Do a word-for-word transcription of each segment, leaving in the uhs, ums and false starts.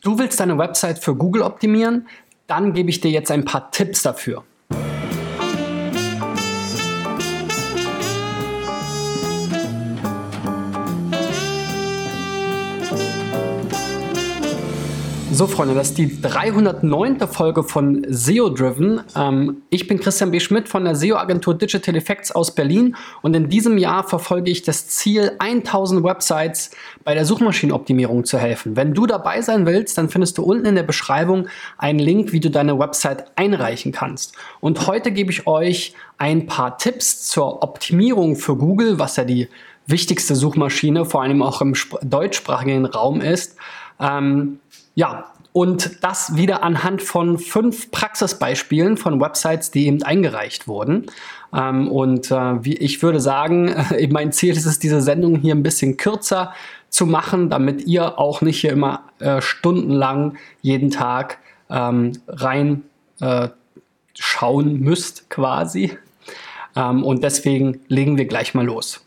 Du willst deine Website für Google optimieren? Dann gebe ich dir jetzt ein paar Tipps dafür. So, Freunde, das ist die dreihundertneunte Folge von S E O-Driven. Ähm, ich bin Christian B. Schmidt von der S E O-Agentur Digital Effects aus Berlin und in diesem Jahr verfolge ich das Ziel, tausend Websites bei der Suchmaschinenoptimierung zu helfen. Wenn du dabei sein willst, dann findest du unten in der Beschreibung einen Link, wie du deine Website einreichen kannst. Und heute gebe ich euch ein paar Tipps zur Optimierung für Google, was ja die wichtigste Suchmaschine, vor allem auch im deutschsprachigen Raum ist. Ähm, Ja, und das wieder anhand von fünf Praxisbeispielen von Websites, die eben eingereicht wurden. Ähm, und äh, wie ich würde sagen, äh, mein Ziel ist es, diese Sendung hier ein bisschen kürzer zu machen, damit ihr auch nicht hier immer äh, stundenlang jeden Tag ähm, rein äh, schauen müsst quasi. Ähm, und deswegen legen wir gleich mal los.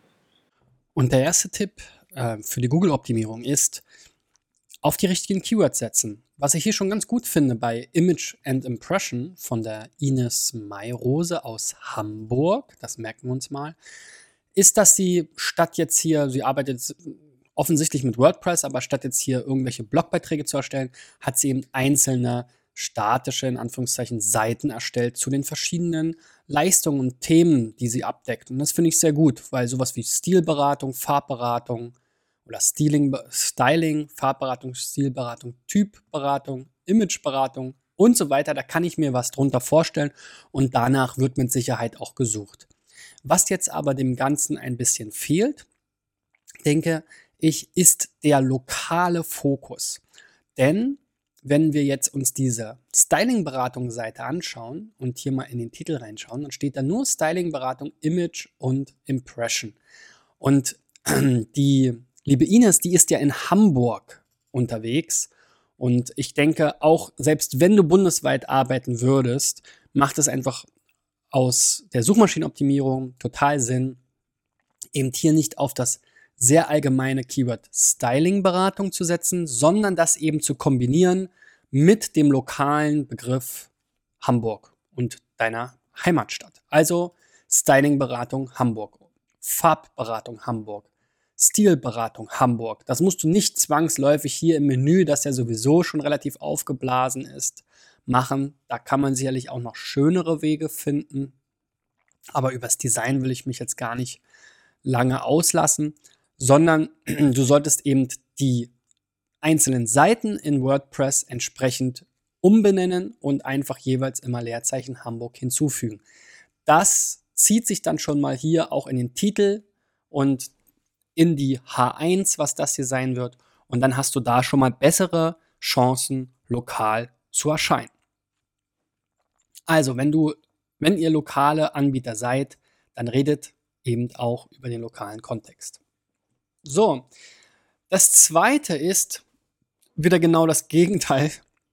Und der erste Tipp äh, für die Google-Optimierung ist, auf die richtigen Keywords setzen. Was ich hier schon ganz gut finde bei Image and Impression von der Ines Mayrose aus Hamburg, das merken wir uns mal, ist, dass sie statt jetzt hier, sie arbeitet offensichtlich mit WordPress, aber statt jetzt hier irgendwelche Blogbeiträge zu erstellen, hat sie eben einzelne statische, in Anführungszeichen, Seiten erstellt zu den verschiedenen Leistungen und Themen, die sie abdeckt. Und das finde ich sehr gut, weil sowas wie Stilberatung, Farbberatung, oder Styling, Styling, Farbberatung, Stilberatung, Typberatung, Imageberatung und so weiter. Da kann ich mir was drunter vorstellen und danach wird mit Sicherheit auch gesucht. Was jetzt aber dem Ganzen ein bisschen fehlt, denke ich, ist der lokale Fokus. Denn wenn wir jetzt uns diese Styling-Beratung-Seite anschauen und hier mal in den Titel reinschauen, dann steht da nur Styling-Beratung, Image und Impression. Und die liebe Ines, die ist ja in Hamburg unterwegs und ich denke auch, selbst wenn du bundesweit arbeiten würdest, macht es einfach aus der Suchmaschinenoptimierung total Sinn, eben hier nicht auf das sehr allgemeine Keyword Styling-Beratung zu setzen, sondern das eben zu kombinieren mit dem lokalen Begriff Hamburg und deiner Heimatstadt. Also Styling-Beratung Hamburg, Farbberatung Hamburg, Stilberatung Hamburg. Das musst du nicht zwangsläufig hier im Menü, das ja sowieso schon relativ aufgeblasen ist, machen. Da kann man sicherlich auch noch schönere Wege finden. Aber übers Design will ich mich jetzt gar nicht lange auslassen, sondern du solltest eben die einzelnen Seiten in WordPress entsprechend umbenennen und einfach jeweils immer Leerzeichen Hamburg hinzufügen. Das zieht sich dann schon mal hier auch in den Titel und in die H eins, was das hier sein wird. Und dann hast du da schon mal bessere Chancen, lokal zu erscheinen. Also, wenn du, wenn ihr lokale Anbieter seid, dann redet eben auch über den lokalen Kontext. So, das zweite ist wieder genau das Gegenteil,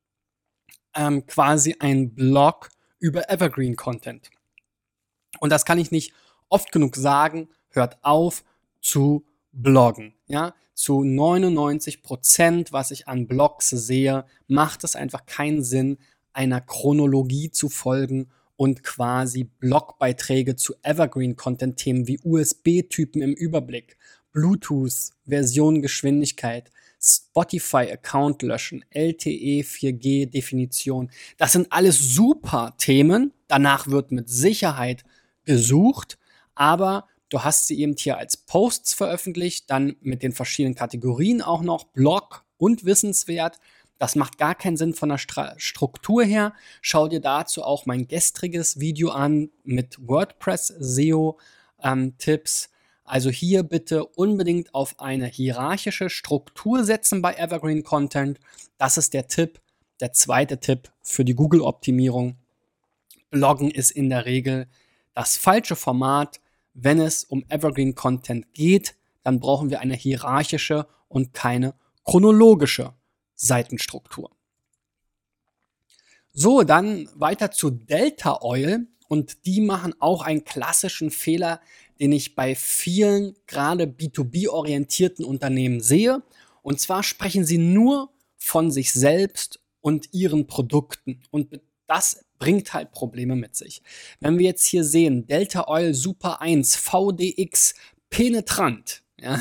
ähm, quasi ein Blog über Evergreen Content. Und das kann ich nicht oft genug sagen, hört auf zu bloggen. Ja? Zu neunundneunzig Prozent, was ich an Blogs sehe, macht es einfach keinen Sinn, einer Chronologie zu folgen und quasi Blogbeiträge zu Evergreen-Content-Themen wie U S B-Typen im Überblick, Bluetooth, Version, Geschwindigkeit, Spotify-Account löschen, L T E vier G-Definition. Das sind alles super Themen. Danach wird mit Sicherheit gesucht, aber du hast sie eben hier als Posts veröffentlicht, dann mit den verschiedenen Kategorien auch noch, Blog und Wissenswert. Das macht gar keinen Sinn von der Stra- Struktur her. Schau dir dazu auch mein gestriges Video an mit WordPress-S E O-Tipps. Also hier bitte unbedingt auf eine hierarchische Struktur setzen bei Evergreen Content. Das ist der Tipp, der zweite Tipp für die Google-Optimierung. Bloggen ist in der Regel das falsche Format. Wenn es um Evergreen Content geht, dann brauchen wir eine hierarchische und keine chronologische Seitenstruktur. So, dann weiter zu Delta Oil und die machen auch einen klassischen Fehler, den ich bei vielen gerade B zwei B-orientierten Unternehmen sehe. Und zwar sprechen sie nur von sich selbst und ihren Produkten. Und das bringt halt Probleme mit sich. Wenn wir jetzt hier sehen, Delta Oil Super eins, V D X, penetrant, ja,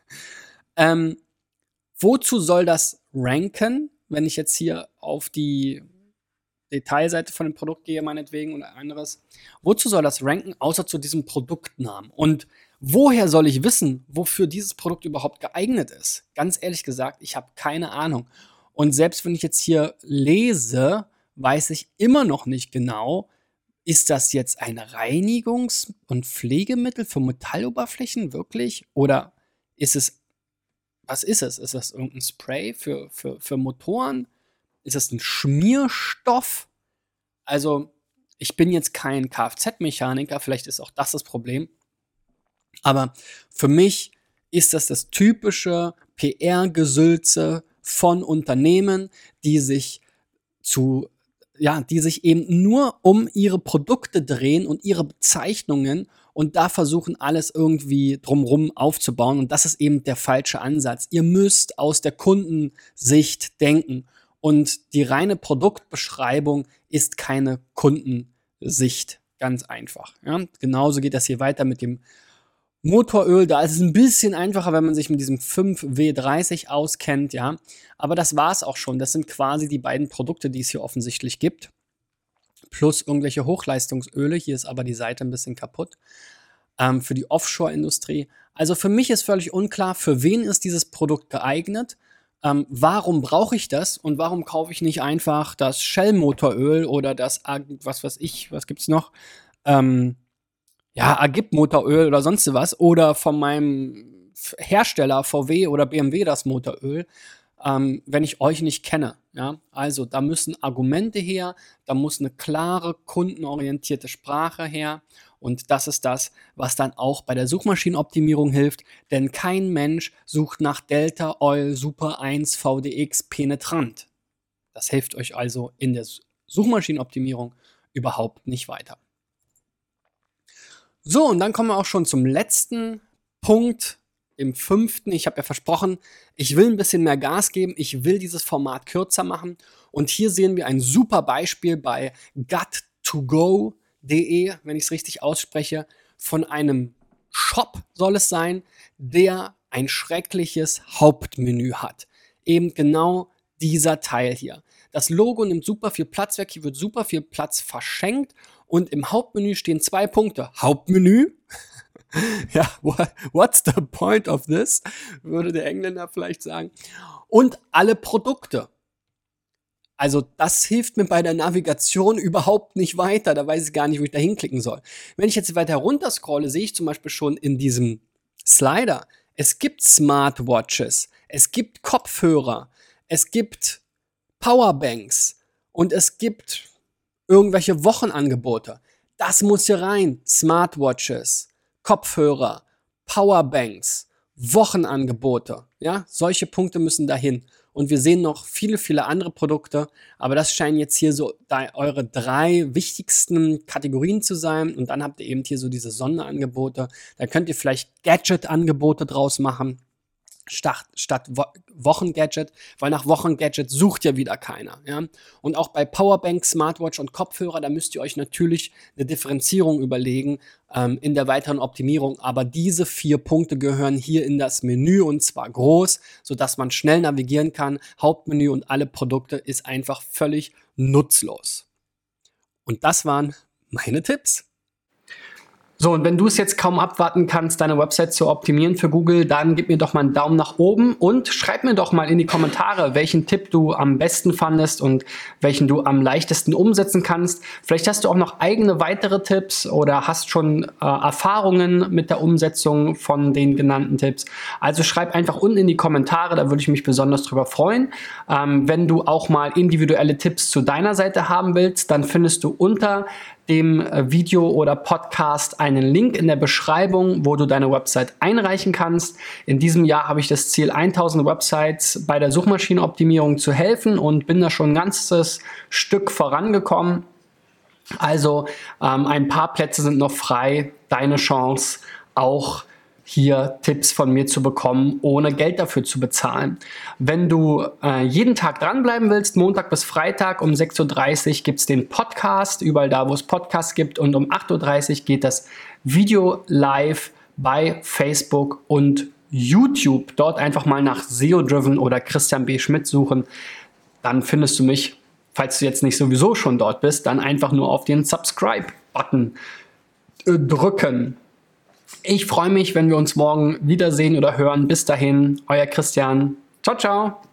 ähm, wozu soll das ranken, wenn ich jetzt hier auf die Detailseite von dem Produkt gehe, meinetwegen, oder anderes? Wozu soll das ranken, außer zu diesem Produktnamen? Und woher soll ich wissen, wofür dieses Produkt überhaupt geeignet ist? Ganz ehrlich gesagt, ich habe keine Ahnung. Und selbst wenn ich jetzt hier lese, weiß ich immer noch nicht genau, ist das jetzt ein Reinigungs- und Pflegemittel für Metalloberflächen wirklich? Oder ist es, was ist es? Ist das irgendein Spray für, für, für Motoren? Ist das ein Schmierstoff? Also, ich bin jetzt kein Kfz-Mechaniker, vielleicht ist auch das das Problem. Aber für mich ist das das typische P R-Gesülze von Unternehmen, die sich zu, ja, die sich eben nur um ihre Produkte drehen und ihre Bezeichnungen und da versuchen, alles irgendwie drumrum aufzubauen. Und das ist eben der falsche Ansatz. Ihr müsst aus der Kundensicht denken. Und die reine Produktbeschreibung ist keine Kundensicht. Ganz einfach. Ja? Genauso geht das hier weiter mit dem Motoröl. Da ist es ein bisschen einfacher, wenn man sich mit diesem fünf W dreißig auskennt. Ja? Aber das war es auch schon. Das sind quasi die beiden Produkte, die es hier offensichtlich gibt. Plus irgendwelche Hochleistungsöle. Hier ist aber die Seite ein bisschen kaputt. Ähm, für die Offshore-Industrie. Also für mich ist völlig unklar, für wen ist dieses Produkt geeignet. Ähm, warum brauche ich das und warum kaufe ich nicht einfach das Shell-Motoröl oder das, was weiß ich, was gibt's noch? Ähm, ja, Agip-Motoröl oder sonst was oder von meinem Hersteller V W oder B M W das Motoröl, ähm, wenn ich euch nicht kenne. Ja? Also da müssen Argumente her, da muss eine klare, kundenorientierte Sprache her. Und das ist das, was dann auch bei der Suchmaschinenoptimierung hilft, denn kein Mensch sucht nach Delta Oil Super eins V D X penetrant. Das hilft euch also in der Suchmaschinenoptimierung überhaupt nicht weiter. So, und dann kommen wir auch schon zum letzten Punkt, im fünften. Ich habe ja versprochen, ich will ein bisschen mehr Gas geben, ich will dieses Format kürzer machen. Und hier sehen wir ein super Beispiel bei gut to go punkt de, wenn ich es richtig ausspreche, von einem Shop soll es sein, der ein schreckliches Hauptmenü hat. Eben genau dieser Teil hier. Das Logo nimmt super viel Platz weg, hier wird super viel Platz verschenkt und im Hauptmenü stehen zwei Punkte. Hauptmenü? Ja, what's the point of this? Würde der Engländer vielleicht sagen. Und alle Produkte. Also das hilft mir bei der Navigation überhaupt nicht weiter. Da weiß ich gar nicht, wo ich da hinklicken soll. Wenn ich jetzt weiter runter scrolle, sehe ich zum Beispiel schon in diesem Slider, es gibt Smartwatches, es gibt Kopfhörer, es gibt Powerbanks und es gibt irgendwelche Wochenangebote. Das muss hier rein. Smartwatches, Kopfhörer, Powerbanks, Wochenangebote. Ja, solche Punkte müssen dahin. Und wir sehen noch viele, viele andere Produkte, aber das scheinen jetzt hier so eure drei wichtigsten Kategorien zu sein. Und dann habt ihr eben hier so diese Sonderangebote. Da könnt ihr vielleicht Gadget-Angebote draus machen, statt, statt Wo- Wochengadget, weil nach Wochengadget sucht ja wieder keiner. Ja? Und auch bei Powerbank, Smartwatch und Kopfhörer, da müsst ihr euch natürlich eine Differenzierung überlegen ähm, in der weiteren Optimierung. Aber diese vier Punkte gehören hier in das Menü und zwar groß, sodass man schnell navigieren kann. Hauptmenü und alle Produkte ist einfach völlig nutzlos. Und das waren meine Tipps. So, und wenn du es jetzt kaum abwarten kannst, deine Website zu optimieren für Google, dann gib mir doch mal einen Daumen nach oben und schreib mir doch mal in die Kommentare, welchen Tipp du am besten fandest und welchen du am leichtesten umsetzen kannst. Vielleicht hast du auch noch eigene weitere Tipps oder hast schon äh, Erfahrungen mit der Umsetzung von den genannten Tipps. Also schreib einfach unten in die Kommentare, da würde ich mich besonders drüber freuen. Ähm, wenn du auch mal individuelle Tipps zu deiner Seite haben willst, dann findest du unter dem Video oder Podcast einen Link in der Beschreibung, wo du deine Website einreichen kannst. In diesem Jahr habe ich das Ziel, tausend Websites bei der Suchmaschinenoptimierung zu helfen und bin da schon ein ganzes Stück vorangekommen. Also ähm, ein paar Plätze sind noch frei. Deine Chance, auch hier Tipps von mir zu bekommen, ohne Geld dafür zu bezahlen. Wenn du äh, jeden Tag dranbleiben willst, Montag bis Freitag um sechs Uhr dreißig gibt es den Podcast, überall da, wo es Podcasts gibt, und um acht Uhr dreißig geht das Video live bei Facebook und YouTube. Dort einfach mal nach S E O-Driven oder Christian B. Schmidt suchen, dann findest du mich. Falls du jetzt nicht sowieso schon dort bist, dann einfach nur auf den Subscribe-Button äh, drücken. Ich freue mich, wenn wir uns morgen wiedersehen oder hören. Bis dahin, euer Christian. Ciao, ciao.